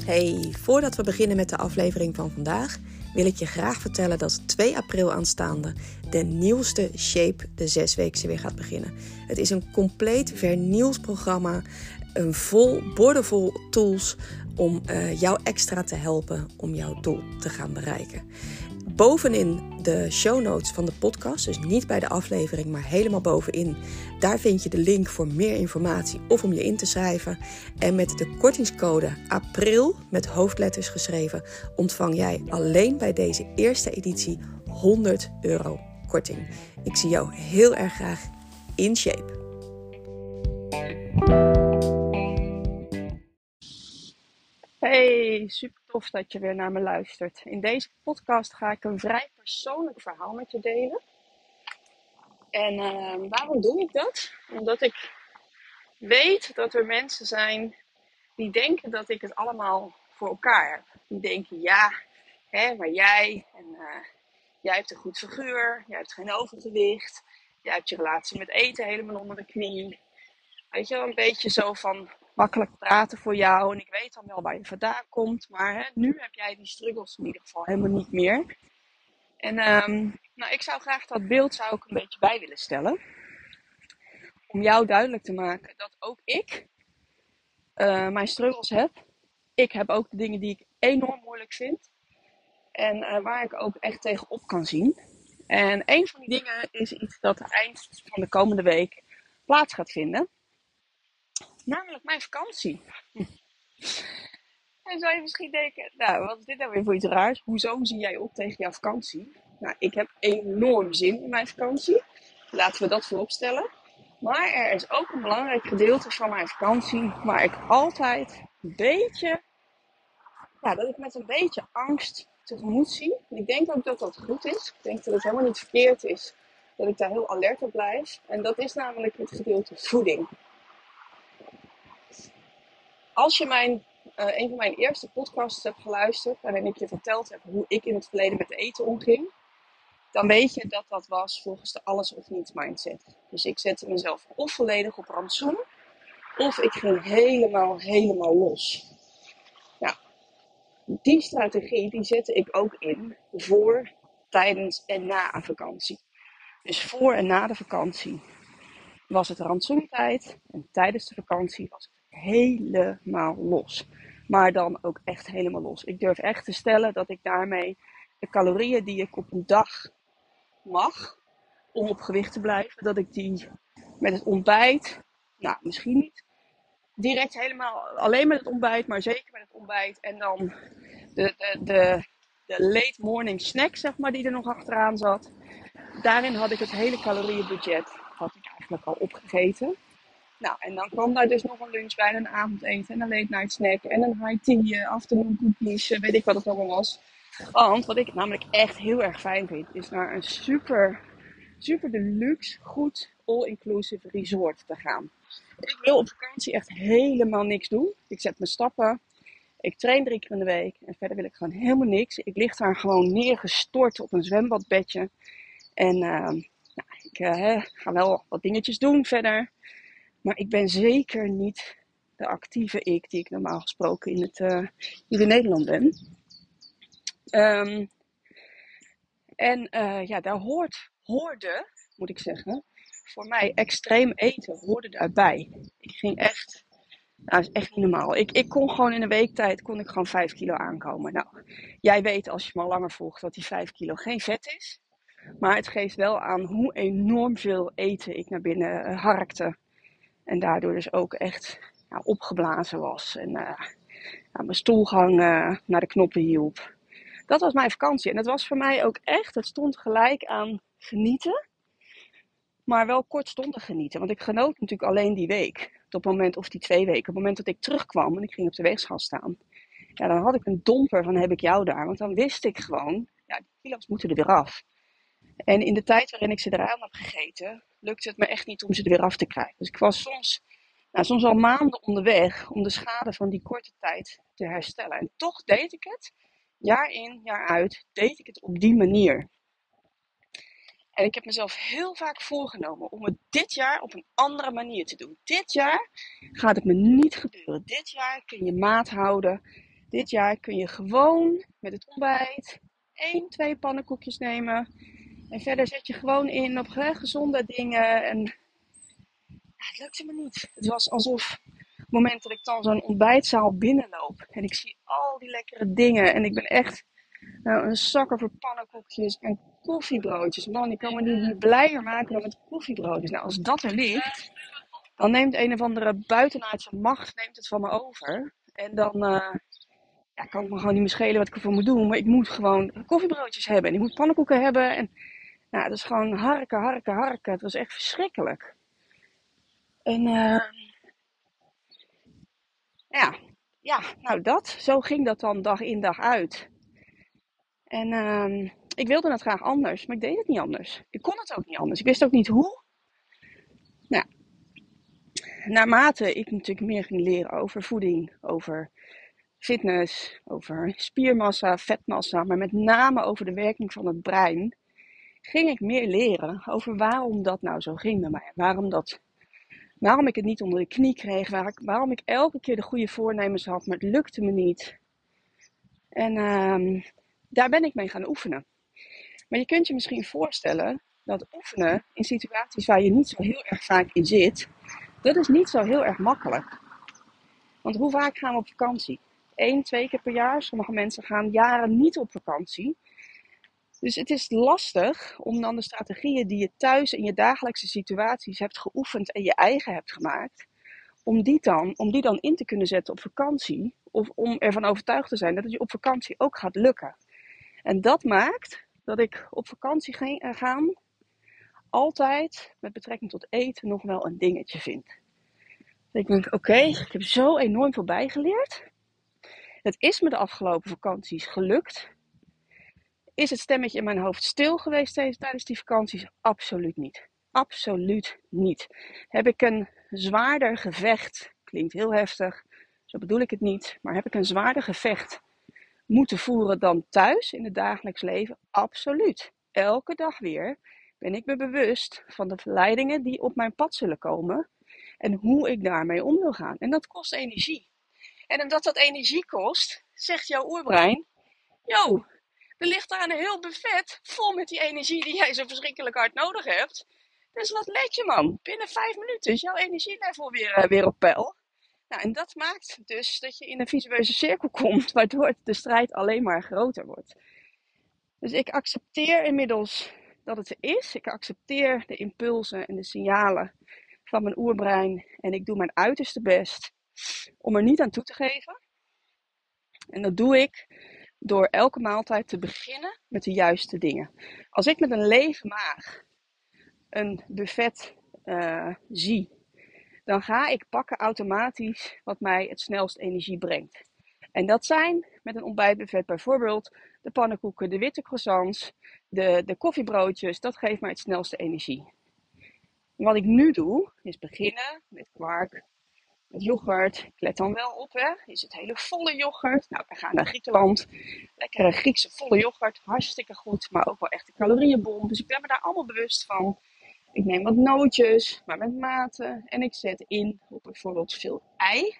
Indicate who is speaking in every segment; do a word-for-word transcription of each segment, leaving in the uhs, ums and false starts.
Speaker 1: Hey, voordat we beginnen met de aflevering van vandaag, wil ik je graag vertellen dat twee april aanstaande de nieuwste Shape de zesweekse weer gaat beginnen. Het is een compleet vernieuwd programma, een vol, boordevol tools om uh, jou extra te helpen om jouw doel te gaan bereiken. Bovenin de show notes van de podcast, dus niet bij de aflevering, maar helemaal bovenin. Daar vind je de link voor meer informatie of om je in te schrijven. En met de kortingscode APRIL, met hoofdletters geschreven, ontvang jij alleen bij deze eerste editie honderd euro korting. Ik zie jou heel erg graag in Shape. Hey, super tof dat je weer naar me luistert. In deze podcast ga ik een vrij persoonlijk verhaal met je delen. En uh, waarom doe ik dat? Omdat ik weet dat er mensen zijn die denken dat ik het allemaal voor elkaar heb. Die denken, ja, hè, maar jij, en, uh, jij hebt een goed figuur, jij hebt geen overgewicht, jij hebt je relatie met eten helemaal onder de knie. Weet je wel, een beetje zo van makkelijk praten voor jou. En ik weet dan wel waar je vandaan komt. Maar hè, nu heb jij die struggles in ieder geval helemaal niet meer. En um, nou, ik zou graag dat beeld zou ik een beetje bij willen stellen. Om jou duidelijk te maken dat ook ik uh, mijn struggles heb. Ik heb ook de dingen die ik enorm moeilijk vind. En uh, waar ik ook echt tegenop kan zien. En een van die dingen is iets dat eind van de komende week plaats gaat vinden. Namelijk mijn vakantie. En zou je misschien denken, nou, wat is dit nou weer voor iets raars? Hoezo zie jij op tegen jouw vakantie? Nou, ik heb enorm zin in mijn vakantie. Laten we dat voorop stellen. Maar er is ook een belangrijk gedeelte van mijn vakantie waar ik altijd een beetje, ja, dat ik met een beetje angst tegemoet zie. En ik denk ook dat dat goed is. Ik denk dat het helemaal niet verkeerd is dat ik daar heel alert op blijf. En dat is namelijk het gedeelte voeding. Als je mijn, uh, een van mijn eerste podcasts hebt geluisterd, waarin ik je verteld heb hoe ik in het verleden met eten omging, dan weet je dat dat was volgens de alles of niets mindset. Dus ik zette mezelf of volledig op rantsoen, of ik ging helemaal, helemaal los. Nou, die strategie die zette ik ook in voor, tijdens en na een vakantie. Dus voor en na de vakantie was het rantsoentijd en tijdens de vakantie was het helemaal los. Maar dan ook echt helemaal los. Ik durf echt te stellen dat ik daarmee de calorieën die ik op een dag mag om op gewicht te blijven, dat ik die met het ontbijt, nou misschien niet direct helemaal alleen met het ontbijt, maar zeker met het ontbijt en dan de, de, de, de late morning snack, zeg maar, die er nog achteraan zat. Daarin had ik het hele calorieënbudget had ik eigenlijk al opgegeten. Nou, en dan kwam daar dus nog een lunch bij, een avondeten en een late night snack en een high tea, afternoon cookies, weet ik wat het allemaal was. Want wat ik namelijk echt heel erg fijn vind, is naar een super, super deluxe, goed, all-inclusive resort te gaan. Ik wil op vakantie echt helemaal niks doen. Ik zet mijn stappen, ik train drie keer in de week en verder wil ik gewoon helemaal niks. Ik lig daar gewoon neergestort op een zwembadbedje. En uh, nou, ik uh, ga wel wat dingetjes doen verder. Maar ik ben zeker niet de actieve ik die ik normaal gesproken in, het, uh, hier in Nederland ben. Um, en uh, ja, daar hoort, hoorde, moet ik zeggen, voor mij extreem eten hoorde daarbij. Ik ging echt, nou, dat is echt niet normaal. Ik, ik kon gewoon in een week tijd, kon ik gewoon vijf kilo aankomen. Nou, jij weet als je me al langer volgt dat die vijf kilo geen vet is. Maar het geeft wel aan hoe enorm veel eten ik naar binnen uh, harkte. En daardoor dus ook echt ja, opgeblazen was. En uh, ja, mijn stoelgang uh, naar de knoppen hielp. Dat was mijn vakantie. En het was voor mij ook echt, het stond gelijk aan genieten. Maar wel kortstondig genieten. Want ik genoot natuurlijk alleen die week. Op het moment, of die twee weken. Op het moment dat ik terugkwam en ik ging op de weegschaal staan. Ja, dan had ik een domper van heb ik jou daar. Want dan wist ik gewoon, ja, die kilo's moeten er weer af. En in de tijd waarin ik ze eraan heb gegeten, lukte het me echt niet om ze er weer af te krijgen. Dus ik was soms, nou, soms al maanden onderweg om de schade van die korte tijd te herstellen. En toch deed ik het, jaar in, jaar uit, deed ik het op die manier. En ik heb mezelf heel vaak voorgenomen om het dit jaar op een andere manier te doen. Dit jaar gaat het me niet gebeuren. Dit jaar kun je maat houden Dit jaar kun je gewoon met het ontbijt één, twee pannenkoekjes nemen. En verder zet je gewoon in op hè, gezonde dingen. En ja, het lukte me niet. Het was alsof het moment dat ik dan zo'n ontbijtzaal binnenloop. En ik zie al die lekkere dingen. En ik ben echt nou, een zakker voor pannenkoekjes en koffiebroodjes. Man, ik kan me niet blijer maken dan met koffiebroodjes. Nou, als dat er ligt, dan neemt een of andere buitenaardse macht neemt het van me over. En dan uh, ja, kan het me gewoon niet meer schelen wat ik ervoor moet doen. Maar ik moet gewoon koffiebroodjes hebben. En ik moet pannenkoeken hebben. En nou, dat is gewoon harken, harken, harken. Het was echt verschrikkelijk. En uh, ja, ja, nou dat. Zo ging dat dan dag in dag uit. En uh, ik wilde het graag anders, maar ik deed het niet anders. Ik kon het ook niet anders. Ik wist ook niet hoe. Nou, naarmate ik natuurlijk meer ging leren over voeding, over fitness, over spiermassa, vetmassa, maar met name over de werking van het brein, ging ik meer leren over waarom dat nou zo ging bij mij. Waarom, dat, waarom ik het niet onder de knie kreeg, waar ik, waarom ik elke keer de goede voornemens had, maar het lukte me niet. En uh, daar ben ik mee gaan oefenen. Maar je kunt je misschien voorstellen dat oefenen in situaties waar je niet zo heel erg vaak in zit, dat is niet zo heel erg makkelijk. Want hoe vaak gaan we op vakantie? Eén, twee keer per jaar. Sommige mensen gaan jaren niet op vakantie. Dus het is lastig om dan de strategieën die je thuis in je dagelijkse situaties hebt geoefend en je eigen hebt gemaakt, om die dan, om die dan in te kunnen zetten op vakantie. Of om ervan overtuigd te zijn dat het je op vakantie ook gaat lukken. En dat maakt dat ik op vakantie gaan altijd met betrekking tot eten nog wel een dingetje vind. Ik denk, oké, okay, ik heb zo enorm veel bijgeleerd. Het is me de afgelopen vakanties gelukt. Is het stemmetje in mijn hoofd stil geweest tijdens die vakanties? Absoluut niet. Absoluut niet. Heb ik een zwaarder gevecht, klinkt heel heftig, zo bedoel ik het niet, maar heb ik een zwaarder gevecht moeten voeren dan thuis in het dagelijks leven? Absoluut. Elke dag weer ben ik me bewust van de verleidingen die op mijn pad zullen komen en hoe ik daarmee om wil gaan. En dat kost energie. En omdat dat energie kost, zegt jouw oerbrein, yo, er ligt daar een heel buffet vol met die energie die jij zo verschrikkelijk hard nodig hebt. Dus wat let je man, binnen vijf minuten is jouw energielevel weer, uh, weer op peil. Nou, en dat maakt dus dat je in een visueuze cirkel komt, waardoor de strijd alleen maar groter wordt. Dus ik accepteer inmiddels dat het er is. Ik accepteer de impulsen en de signalen van mijn oerbrein. En ik doe mijn uiterste best om er niet aan toe te geven. En dat doe ik door elke maaltijd te beginnen met de juiste dingen. Als ik met een lege maag een buffet uh, zie, dan ga ik pakken automatisch wat mij het snelst energie brengt. En dat zijn met een ontbijtbuffet bijvoorbeeld de pannenkoeken, de witte croissants, de, de koffiebroodjes. Dat geeft mij het snelste energie. En wat ik nu doe, is beginnen met kwark, met yoghurt. Ik let dan wel op, hè. Is het hele volle yoghurt? Nou, we gaan naar Griekenland. Lekkere Griekse volle yoghurt, hartstikke goed, maar ook wel echt een calorieënbom. Dus ik ben me daar allemaal bewust van. Ik neem wat nootjes, maar met mate. En ik zet in op bijvoorbeeld veel ei.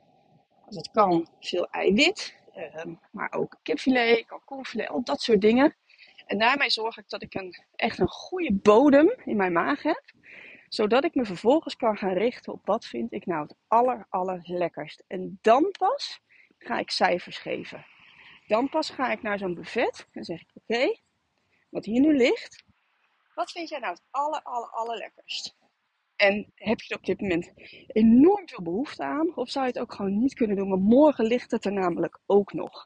Speaker 1: Als het kan, veel eiwit. Uh, maar ook kipfilet, kalkoenfilet, al dat soort dingen. En daarmee zorg ik dat ik een, echt een goede bodem in mijn maag heb. Zodat ik me vervolgens kan gaan richten op wat vind ik nou het aller, aller lekkerst. En dan pas ga ik cijfers geven. Dan pas ga ik naar zo'n buffet en zeg ik, oké, okay, wat hier nu ligt, wat vind jij nou het aller, aller, allerlekkerst? En heb je er op dit moment enorm veel behoefte aan? Of zou je het ook gewoon niet kunnen doen? Want morgen ligt het er namelijk ook nog.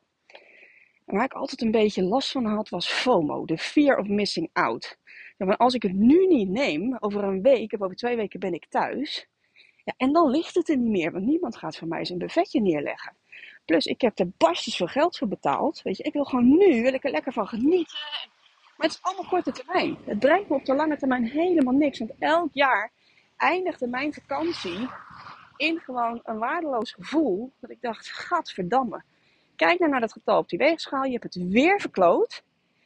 Speaker 1: En waar ik altijd een beetje last van had, was FOMO. De fear of missing out. Ja, maar als ik het nu niet neem, over een week of over twee weken ben ik thuis. Ja, en dan ligt het er niet meer. Want niemand gaat voor mij zijn buffetje neerleggen. Plus, ik heb er barstens veel geld voor betaald. Weet je, ik wil gewoon nu, wil ik er lekker van genieten. Maar het is allemaal korte termijn. Het brengt me op de lange termijn helemaal niks. Want elk jaar eindigde mijn vakantie in gewoon een waardeloos gevoel. Dat ik dacht, gadverdamme. Kijk nou naar dat getal op die weegschaal. Je hebt het weer verkloot.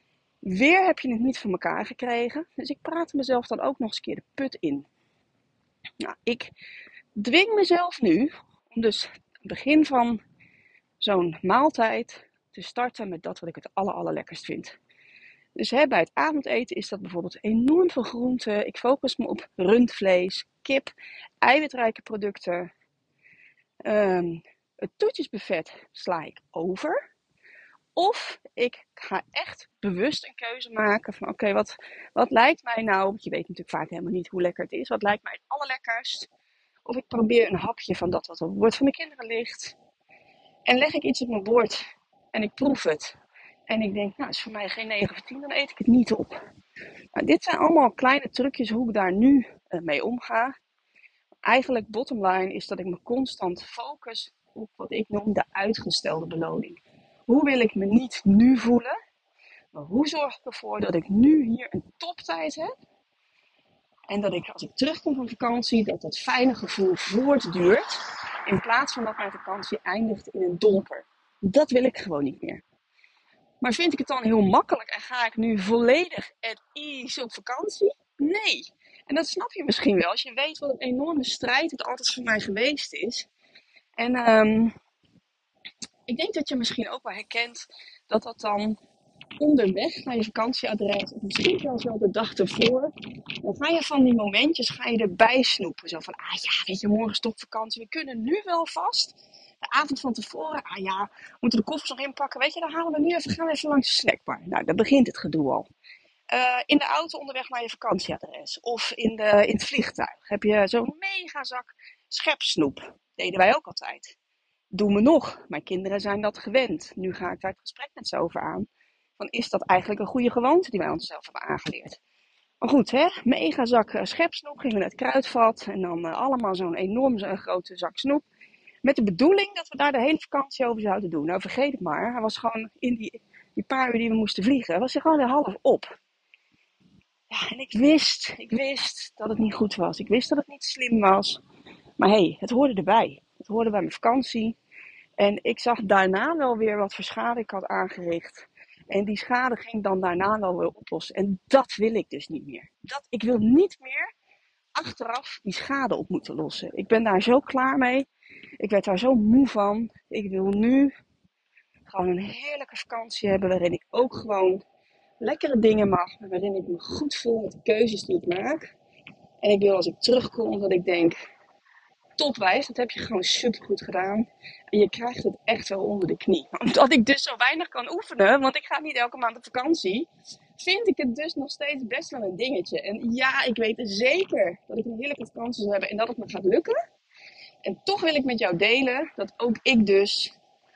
Speaker 1: Weer heb je het niet voor elkaar gekregen. Dus ik praat mezelf dan ook nog eens een keer de put in. Nou, ik dwing mezelf nu om dus het begin van zo'n maaltijd te starten met dat wat ik het aller, allerlekkerst vind. Dus hè, bij het avondeten is dat bijvoorbeeld enorm veel groenten. Ik focus me op rundvlees, kip, eiwitrijke producten. Um, het toetjesbuffet sla ik over. Of ik ga echt bewust een keuze maken van oké, okay, wat, wat lijkt mij nou, want je weet natuurlijk vaak helemaal niet hoe lekker het is. Wat lijkt mij het allerlekkerst? Of ik probeer een hapje van dat wat op het bord van de kinderen ligt. En leg ik iets op mijn bord en ik proef het. En ik denk, nou, is voor mij geen negen of tien, dan eet ik het niet op. Nou, dit zijn allemaal kleine trucjes hoe ik daar nu uh, mee omga. Eigenlijk bottom line is dat ik me constant focus op wat ik noem de uitgestelde beloning. Hoe wil ik me niet nu voelen? Maar hoe zorg ik ervoor dat ik nu hier een toptijd heb? En dat ik als ik terugkom van vakantie, dat dat fijne gevoel voortduurt. In plaats van dat mijn vakantie eindigt in een donker. Dat wil ik gewoon niet meer. Maar vind ik het dan heel makkelijk en ga ik nu volledig at ease op vakantie? Nee. En dat snap je misschien wel als je weet wat een enorme strijd het altijd voor mij geweest is. En um, ik denk dat je misschien ook wel herkent dat dat dan onderweg naar je vakantieadres, of misschien zelfs wel de dag ervoor, dan ga je van die momentjes ga je erbij snoepen. Zo van, ah ja, weet je, morgen is toch vakantie, we kunnen nu wel vast. De avond van tevoren, ah ja, we moeten de koffers nog inpakken. Weet je, dan halen we nu even, gaan we even langs de snackbar. Nou, dan begint het gedoe al. Uh, in de auto onderweg naar je vakantieadres. Of in, de, in het vliegtuig heb je zo'n mega zak scherpsnoep. Deden wij ook altijd. Doe me nog. Mijn kinderen zijn dat gewend. Nu ga ik daar het gesprek met ze over aan. Van, is dat eigenlijk een goede gewoonte die wij onszelf hebben aangeleerd? Maar goed, hè? Mega zak uh, schepsnoep. Gingen we naar het kruidvat. En dan uh, allemaal zo'n enorm uh, grote zak snoep. Met de bedoeling dat we daar de hele vakantie over zouden doen. Nou, vergeet het maar. Hij was gewoon in die, die paar uur die we moesten vliegen. Was hij gewoon er half op. Ja, en ik wist, ik wist dat het niet goed was. Ik wist dat het niet slim was. Maar hé, hey, het hoorde erbij. Het hoorde bij mijn vakantie. En ik zag daarna wel weer wat voor schade ik had aangericht. En die schade ging dan daarna wel weer oplossen. En dat wil ik dus niet meer. Dat, ik wil niet meer achteraf die schade op moeten lossen. Ik ben daar zo klaar mee. Ik werd daar zo moe van. Ik wil nu gewoon een heerlijke vakantie hebben waarin ik ook gewoon lekkere dingen mag. Waarin ik me goed voel met de keuzes die ik maak. En ik wil als ik terugkom dat ik denk, topwijs, dat heb je gewoon supergoed gedaan. En je krijgt het echt wel onder de knie. Omdat ik dus zo weinig kan oefenen, want ik ga niet elke maand op vakantie, vind ik het dus nog steeds best wel een dingetje. En ja, ik weet zeker dat ik een heerlijke vakantie zal hebben en dat het me gaat lukken. En toch wil ik met jou delen dat ook ik dus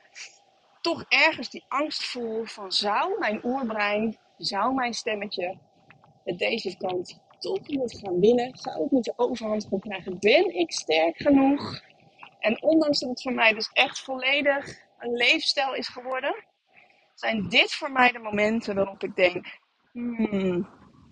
Speaker 1: toch ergens die angst voel van, zou mijn oerbrein, zou mijn stemmetje met deze vakantie toch moet gaan winnen? Zou ik moeten overhand gaan krijgen? Ben ik sterk genoeg? En ondanks dat het voor mij dus echt volledig een leefstijl is geworden, zijn dit voor mij de momenten waarop ik denk, hmm.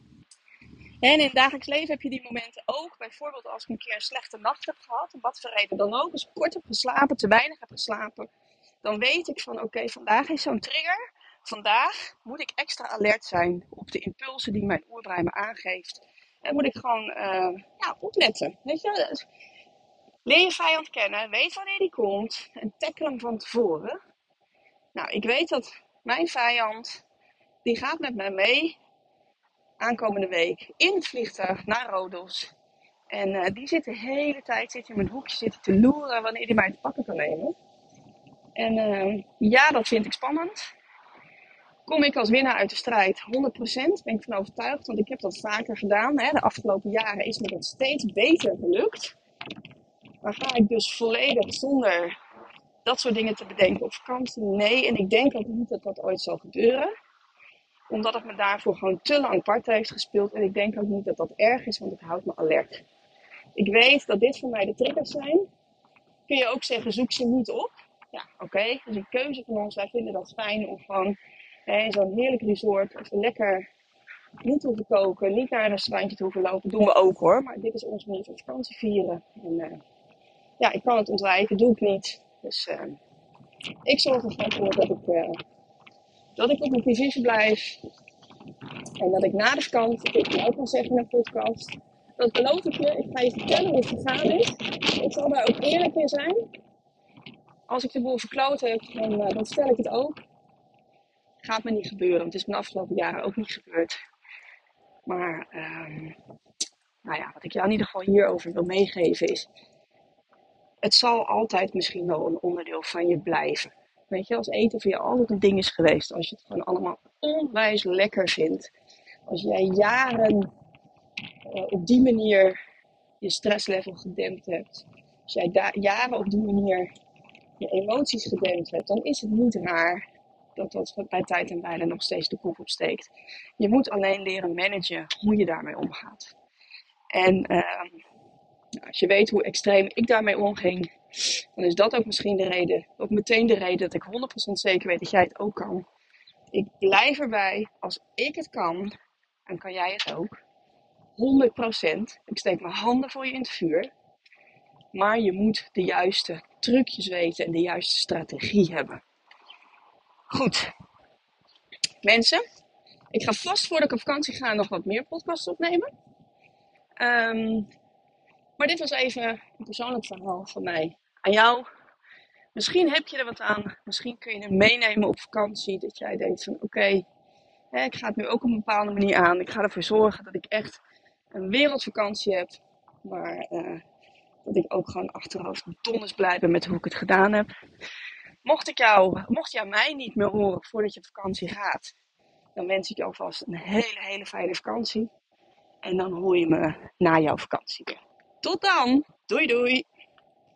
Speaker 1: En in het dagelijks leven heb je die momenten ook. Bijvoorbeeld als ik een keer een slechte nacht heb gehad, om wat voor reden dan ook. Als ik kort heb geslapen, te weinig heb geslapen, dan weet ik van oké, okay, vandaag is zo'n trigger. Vandaag moet ik extra alert zijn op de impulsen die mijn oerbrein me aangeeft. En moet ik gewoon uh, ja, opletten. Weet je? Leer je vijand kennen, weet wanneer die komt en tackle hem van tevoren. Nou, ik weet dat mijn vijand, die gaat met mij mee aankomende week in het vliegtuig naar Rodos. En uh, die zit de hele tijd zit in mijn hoekje zit te loeren wanneer hij mij te pakken kan nemen. En uh, ja, dat vind ik spannend. Kom ik als winnaar uit de strijd? honderd procent ben ik van overtuigd, want ik heb dat vaker gedaan. Hè. De afgelopen jaren is me dat steeds beter gelukt. Maar ga ik dus volledig zonder dat soort dingen te bedenken op vakantie? Nee, en ik denk ook niet dat dat ooit zal gebeuren. Omdat het me daarvoor gewoon te lang part heeft gespeeld. En ik denk ook niet dat dat erg is, want het houdt me alert. Ik weet dat dit voor mij de triggers zijn. Kun je ook zeggen, zoek ze niet op. Ja, oké, okay. Dat is een keuze van ons. Wij vinden dat fijn om gewoon in zo'n heerlijk resort even lekker niet te hoeven koken, niet naar een restaurantje te hoeven lopen. Doen we ook hoor, maar dit is onze manier van vakantie vieren. En uh, ja, ik kan het ontwijken, doe ik niet. Dus uh, ik zorg ervoor dat ik, uh, dat ik op mijn positie blijf. En dat ik na de vakantie, ik kan ook wel zeggen in een podcast, dat beloof ik je, ik ga je vertellen hoe het gegaan is. Ik zal daar ook eerlijk in zijn. als ik de boel verkloot heb, dan, uh, dan stel ik het ook. Gaat me niet gebeuren. Het is me de afgelopen jaren ook niet gebeurd. Maar um, nou ja, wat ik jou in ieder geval hierover wil meegeven is, het zal altijd misschien wel een onderdeel van je blijven. Weet je, als eten voor je altijd een ding is geweest. Als je het gewoon allemaal onwijs lekker vindt. Als jij jaren uh, op die manier je stresslevel gedempt hebt. Als jij da- jaren op die manier je emoties gedempt hebt. Dan is het niet raar dat dat bij tijd en wijle nog steeds de kop opsteekt. Je moet alleen leren managen hoe je daarmee omgaat. En uh, als je weet hoe extreem ik daarmee omging, dan is dat ook misschien de reden, ook meteen de reden dat ik honderd procent zeker weet dat jij het ook kan. Ik blijf erbij, als ik het kan, dan kan jij het ook. honderd procent. Ik steek mijn handen voor je in het vuur. Maar je moet de juiste trucjes weten en de juiste strategie hebben. Goed. Mensen, ik ga vast voordat ik op vakantie ga nog wat meer podcasts opnemen. Um, maar dit was even een persoonlijk verhaal van mij aan jou. Misschien heb je er wat aan. Misschien kun je hem meenemen op vakantie. Dat jij denkt van oké, okay, ik ga het nu ook op een bepaalde manier aan. Ik ga ervoor zorgen dat ik echt een wereldvakantie heb. Maar uh, dat ik ook gewoon achteraf donders blij ben met hoe ik het gedaan heb. Mocht ik jou, mocht jij mij niet meer horen voordat je op vakantie gaat, dan wens ik je alvast een hele, hele fijne vakantie. En dan hoor je me na jouw vakantie weer. Tot dan! Doei doei!